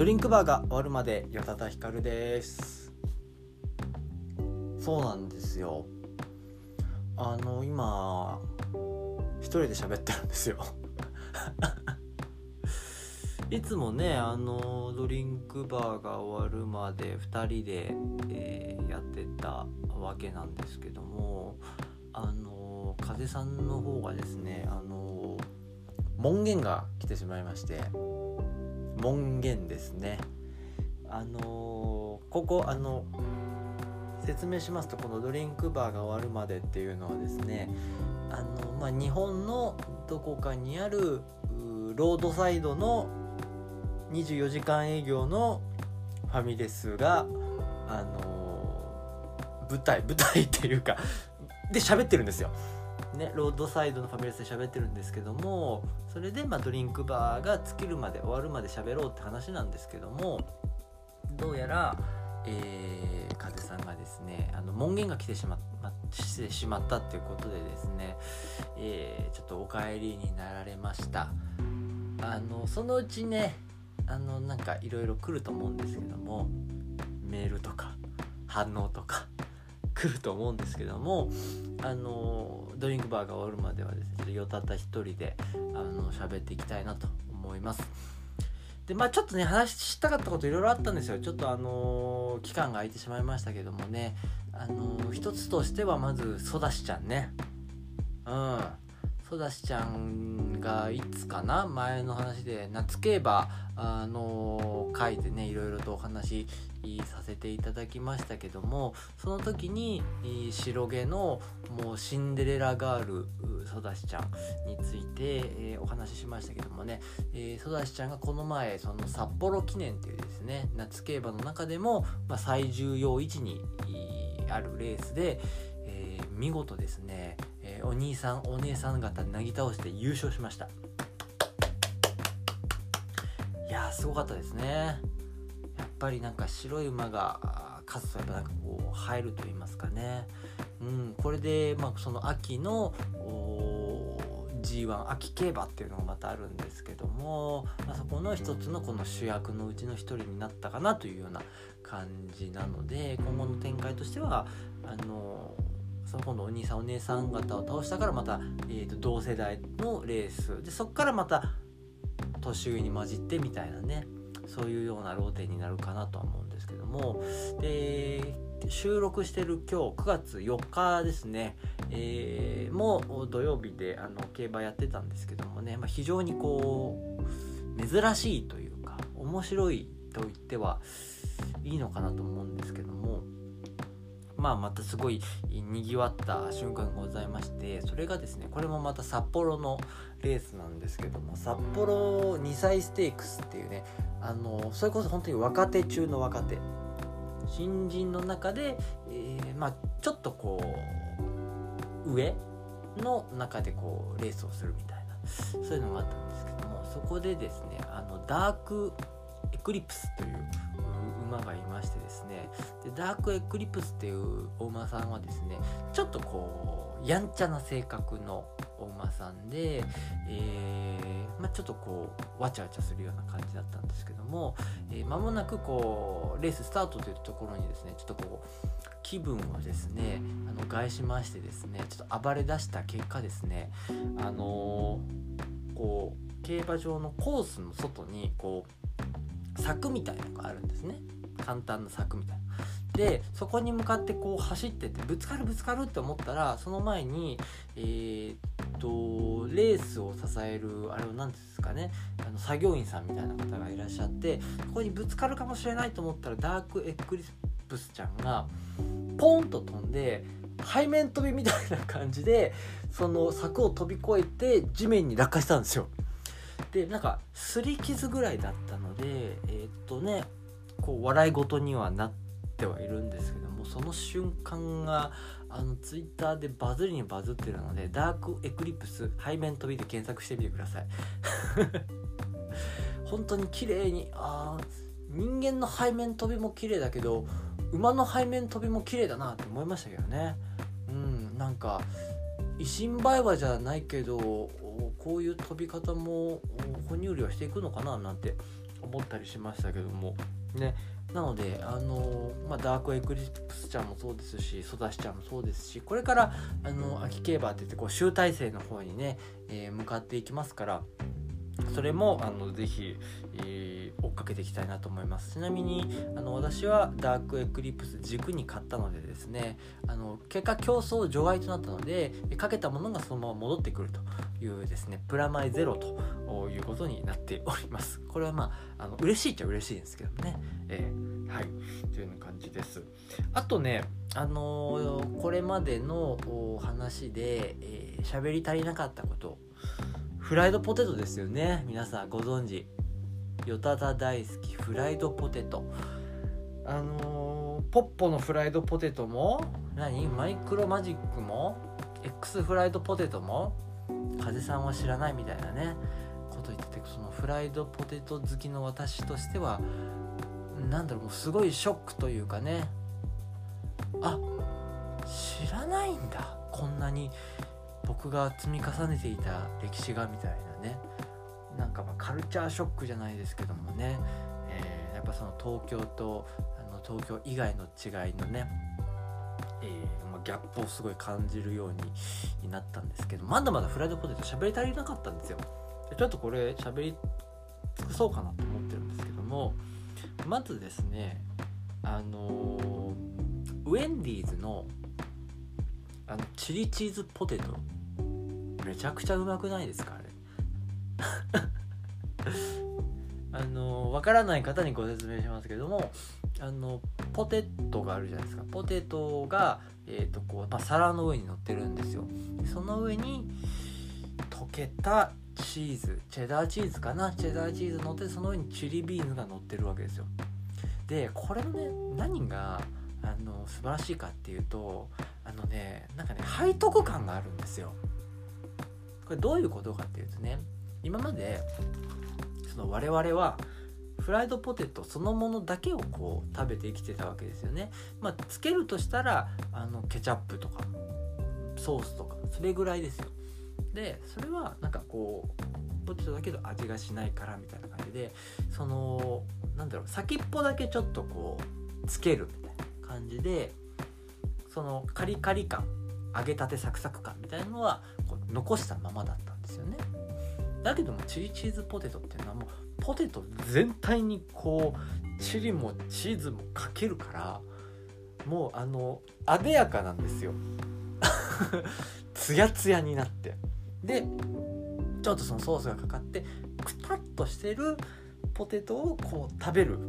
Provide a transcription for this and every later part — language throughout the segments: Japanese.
リンクバーが終わるまでよたたひかるです。そうなんですよ。今一人で喋ってるんですよいつもねドリンクバーが終わるまで2人で、やってたわけなんですけども、風さんの方がですね門限が来てしまいまして、門限ですね。ここ説明しますと、このドリンクバーが終わるまでっていうのはですね、日本のどこかにあるロードサイドの24時間営業のファミレスが舞台っていうかで喋ってるんですよね。ロードサイドのファミレスで喋ってるんですけども、それでドリンクバーが尽きるまで終わるまで喋ろうって話なんですけども、どうやら、風さんがですね門限が来てしまったっていうことでですね、ちょっとお帰りになられました。そのうちねなんかいろいろ来ると思うんですけども、メールとか反応とか来ると思うんですけども、ドリンクバーが終わるまではですね、ちょっとよたった一人で喋っていきたいなと思います。でちょっとね話したかったこといろいろあったんですよ。ちょっと期間が空いてしまいましたけどもね、一つとしてはまずソダシちゃんね。ソダシちゃんがいつかな、前の話で夏競馬回でねいろいろとお話させていただきましたけども、その時に白毛のもうシンデレラガールソダシちゃんについて、お話ししましたけどもね、ソダシちゃんがこの前その札幌記念っていうですね夏競馬の中でも、最重要位置にあるレースで、見事ですね、お兄さんお姉さん方なぎ倒して優勝しました。いやーすごかったですね。やっぱりなんか白い馬が勝つとやっぱなんかこう入ると言いますかね。これでその秋のG1 秋競馬っていうのがまたあるんですけども、そこの一つのこの主役のうちの一人になったかなというような感じなので、今後の展開としてはその今度お兄さんお姉さん方を倒したからまた、同世代のレースで、そこからまた年上に混じってみたいなね、そういうようなローテになるかなとは思うんですけども、で収録してる今日9月4日ですね、もう土曜日で競馬やってたんですけどもね、非常にこう珍しいというか面白いと言ってはいいのかなと思うんですけども、またすごい賑わった瞬間がございまして、それがですね、これもまた札幌のレースなんですけども、札幌2歳ステークスっていうね、それこそ本当に若手中の若手、新人の中で、ちょっとこう上の中でこうレースをするみたいな、そういうのがあったんですけども、そこでですねダークエクリプスという馬がいましてですね、でダークエクリプスっていうお馬さんはですね、ちょっとこうやんちゃな性格のお馬さんで、ちょっとこうわちゃわちゃするような感じだったんですけども、間もなくこうレーススタートというところにですね、ちょっとこう気分をですね害しましてですね、ちょっと暴れ出した結果ですね、こう競馬場のコースの外にこう柵みたいなのがあるんですね。簡単な柵みたいな。でそこに向かってこう走っててぶつかるって思ったら、その前にレースを支えるあれを何ですかね、作業員さんみたいな方がいらっしゃって、そこにぶつかるかもしれないと思ったら、ダークエクリプスちゃんがポンと飛んで背面飛びみたいな感じでその柵を飛び越えて地面に落下したんですよ。でなんか擦り傷ぐらいだったのでこう笑い事にはなってはいるんですけども、その瞬間がツイッターでバズりにバズってるので、ダークエクリプス背面飛びで検索してみてください本当に綺麗に人間の背面飛びも綺麗だけど馬の背面飛びも綺麗だなって思いましたけどね。なんか維新売買じゃないけどこういう飛び方も哺乳類はしていくのかななんて思ったりしましたけどもね。なのでダークエクリプスちゃんもそうですし、ソダシちゃんもそうですし、これから秋競馬って言ってこう集大成の方にね、向かっていきますから、それもぜひ、追っかけていきたいなと思います。ちなみに私はダークエクリプス軸に買ったのでですね、結果競争除外となったので、かけたものがそのまま戻ってくるというですね、プラマイゼロということになっております。これは嬉しいっちゃ嬉しいんですけどね、はいというような感じです。あとね、これまでの話で喋り足りなかったこと、フライドポテトですよね。皆さんご存知、よたた大好きフライドポテト。ポッポのフライドポテトもマイクロマジックも X フライドポテトも風さんは知らないみたいなねこと言ってて、そのフライドポテト好きの私としてはもうすごいショックというかね、知らないんだ、こんなに僕が積み重ねていた歴史がみたいなね、カルチャーショックじゃないですけどもね、やっぱその東京と東京以外の違いのね、ギャップをすごい感じるようになったんですけど、まだまだフライドポテト喋り足りなかったんですよ。ちょっとこれ喋り尽くそうかなと思ってるんですけども、まずですね、ウェンディーズのチリチーズポテトめちゃくちゃうまくないですか、あれわからない方にご説明しますけども、ポテトがあるじゃないですか。ポテトが、皿の上に乗ってるんですよ。その上に溶けたチーズ、チェダーチーズかな、チェダーチーズ乗って、その上にチリビーンズが乗ってるわけですよ。でこれのね、何が素晴らしいかっていうと、背徳感があるんですよ。これどういうことかっていうとね、今まで我々はフライドポテトそのものだけをこう食べて生きてたわけですよね。つけるとしたらケチャップとかソースとかそれぐらいですよ。でそれはポテトだけど味がしないからみたいな感じで、先っぽだけちょっとこうつけるみたいな感じで、そのカリカリ感、揚げたてサクサク感みたいなのはこう残したままだったんですよね。だけどもチリチーズポテトっていうのはもうポテト全体にこうチリもチーズもかけるから、もうあでやかなんですよツヤツヤになって、でちょっとそのソースがかかってクタッとしてるポテトをこう食べる、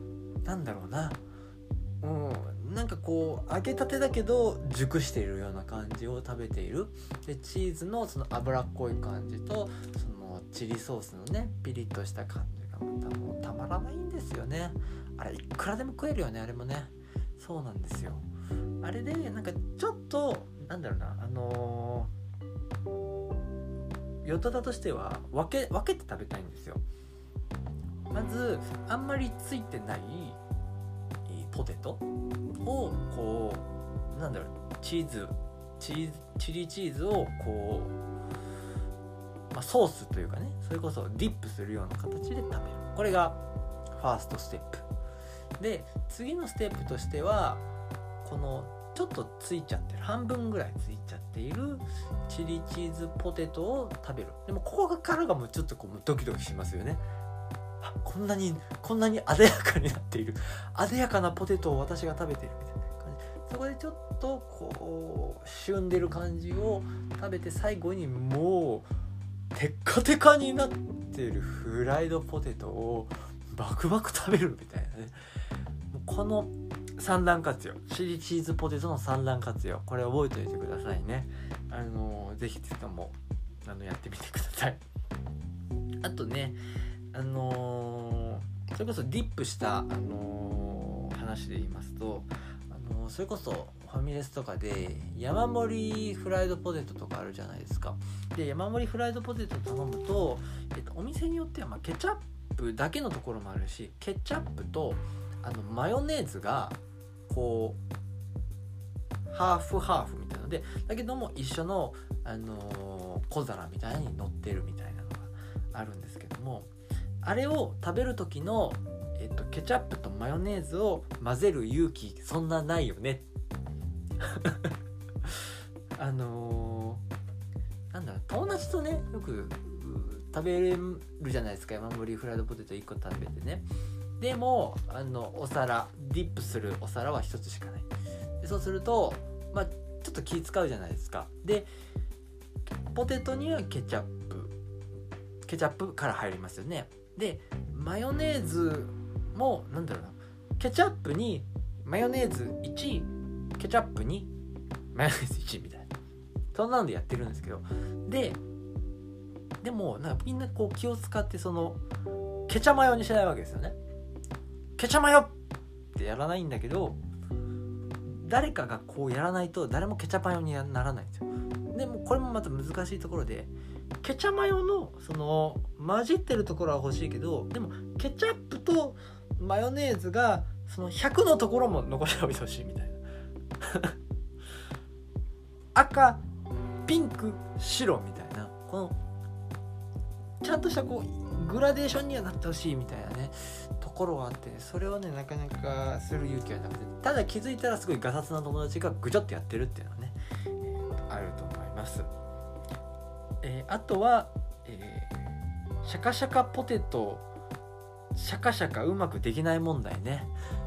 揚げたてだけど熟しているような感じを食べている。でチーズのその脂っこい感じとそのチリソースのねピリッとした感じがまたもうたまらないんですよね。あれいくらでも食えるよね、あれもね。そうなんですよ。あれでちょっとよたたとしては分けて食べたいんですよ。まずあんまりついてないポテトをこうチリチーズをこう、ソースというかね、それこそディップするような形で食べる。これがファーストステップで、次のステップとしてはこのちょっとついちゃってる、半分ぐらいついちゃっているチリチーズポテトを食べる。でもここからがもうちょっとこうドキドキしますよね。こんなにあでやかになっている、あでやかなポテトを私が食べているみたいな感じ。そこでちょっとこう旬でる感じを食べて、最後にもうテッカテカになっているフライドポテトをバクバク食べるみたいなね。この三段活用、チリチーズポテトの三段活用、これ覚えておいてくださいね。ぜひともやってみてください。あとね、それこそディップした、話で言いますと、それこそファミレスとかで山盛りフライドポテトとかあるじゃないですか。で山盛りフライドポテト頼むと、お店によってはケチャップだけのところもあるし、ケチャップとマヨネーズがこうハーフハーフみたいなので、だけども一緒の、小皿みたいに乗ってるみたいなのがあるんですけども、 あれを食べる時の、ケチャップとマヨネーズを混ぜる勇気そんなないよねなんだろう、友達とねよく食べれるじゃないですか。山盛りフライドポテト1個食べてね。でもお皿ディップするお皿は1つしかない。でそうするとちょっと気使うじゃないですか。でポテトにはケチャップから入りますよね。でマヨネーズもなんだろうな、ケチャップにマヨネーズ1、ケチャップにマヨネーズ1みたいな、そんなのでやってるんですけど、でもなんかみんなこう気を使ってそのケチャマヨにしないわけですよね。ケチャマヨってやらないんだけど、誰かがこうやらないと誰もケチャマヨにならないんですよ。でもこれもまた難しいところで、ケチャマヨのその混じってるところは欲しいけど、でもケチャップとマヨネーズがその100のところも残しておいてほしいみたいな赤、ピンク、白みたいな、このちゃんとしたこうグラデーションにはなってほしいみたいなねところがあって、それをねなかなかする勇気はなくて、ただ気づいたらすごいガサツな友達がぐちょってやってるっていうのはね、あると思います。あとは、シャカシャカポテトシャカシャカうまくできない問題ね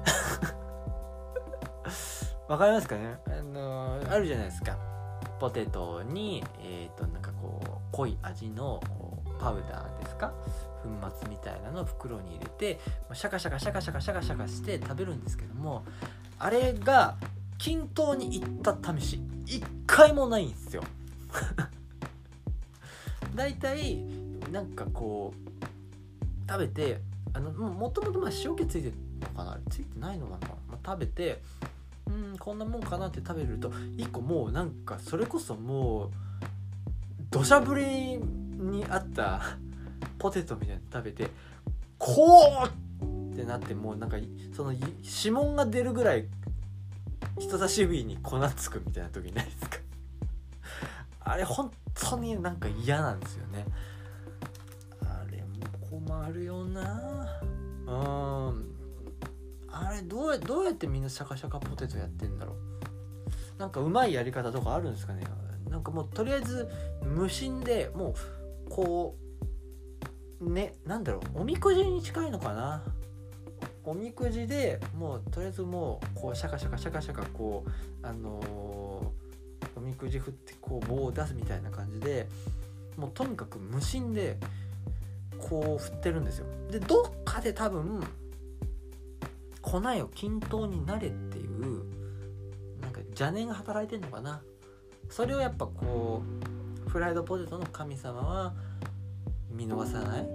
わかりますかね。あるじゃないですか。ポテトになんかこう濃い味のパウダーですか、粉末みたいなのを袋に入れてシャカシャカシャカシャカシャカシャカして食べるんですけども、あれが均等にいった試し一回もないんですよだいたいなんかこう食べてもともと塩気ついてるのかな、ついてないのかな、食べてこんなもんかなって食べると一個もうなんかそれこそもう土砂降りにあったポテトみたいなの食べてこうってなって、もうなんかその指紋が出るぐらい人差し指に粉つくみたいな時ないですかあれ本当になんか嫌なんですよね。あれも困るよな。あれどうやってみんなシャカシャカポテトやってんだろう。なんかうまいやり方とかあるんですかね。なんかもうとりあえず無心でもうこうね、なんだろう、おみくじに近いのかな。おみくじでもうとりあえずもうこうシャカシャカシャカシャカこうおみくじ振ってこう棒を出すみたいな感じで、もうとにかく無心でこう振ってるんですよ。でどっかで多分粉よ均等になれっていうなんか邪念が働いてんのかな。それをやっぱこうフライドポテトの神様は見逃さない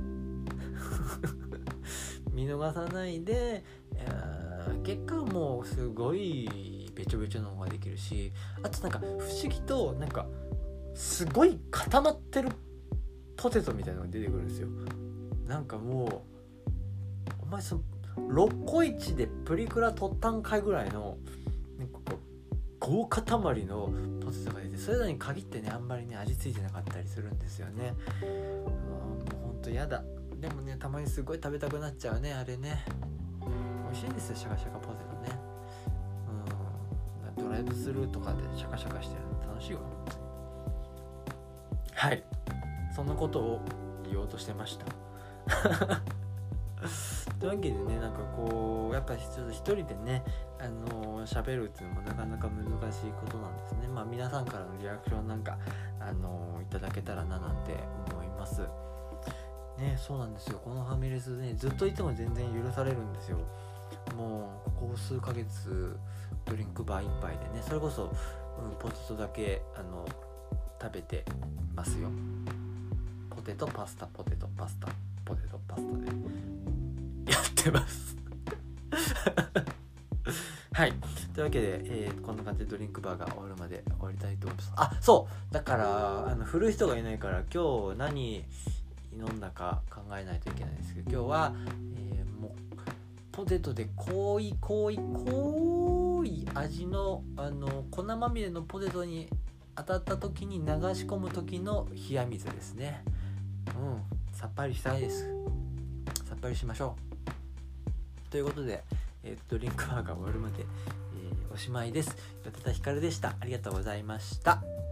見逃さないで、結果はもうすごいべちょべちょの方ができるし、あとなんか不思議となんかすごい固まってるポテトみたいなのが出てくるんですよ。なんかもうお前その6個1でプリクラ撮ったんかいぐらいのなんかこう豪塊のポテトが出て、それらに限ってねあんまりね味付いてなかったりするんですよね。もうほんとやだ。でもねたまにすごい食べたくなっちゃうね、あれね。美味しいですよシャカシャカポテトね。ドライブスルーとかでシャカシャカしてるの楽しいよ。はい、そんなことを言おうとしてましたというわけでね、なんかこうやっぱりちょっと一人でね喋るっていうのもなかなか難しいことなんですね。皆さんからのリアクションなんかいただけたらななんて思いますね。そうなんですよ、このファミレスねずっといても全然許されるんですよ。もうここ数ヶ月ドリンクバー1杯でね、それこそ、ポテトだけ食べてますよ。ポテトパスタポテトパスタポテトパスタでやってますはい、というわけで、こんな感じでドリンクバーが終わるまで終わりたいと思います。あ、そうだから振る人がいないから今日何飲んだか考えないといけないんですけど、今日は、もうポテトで濃い味の粉まみれのポテトに当たった時に流し込む時の冷や水ですね。さっぱりしたいです。 お会いしましょう。ということで、ドリンクバーが終わるまで、おしまいです。岩田ひかるでした。ありがとうございました。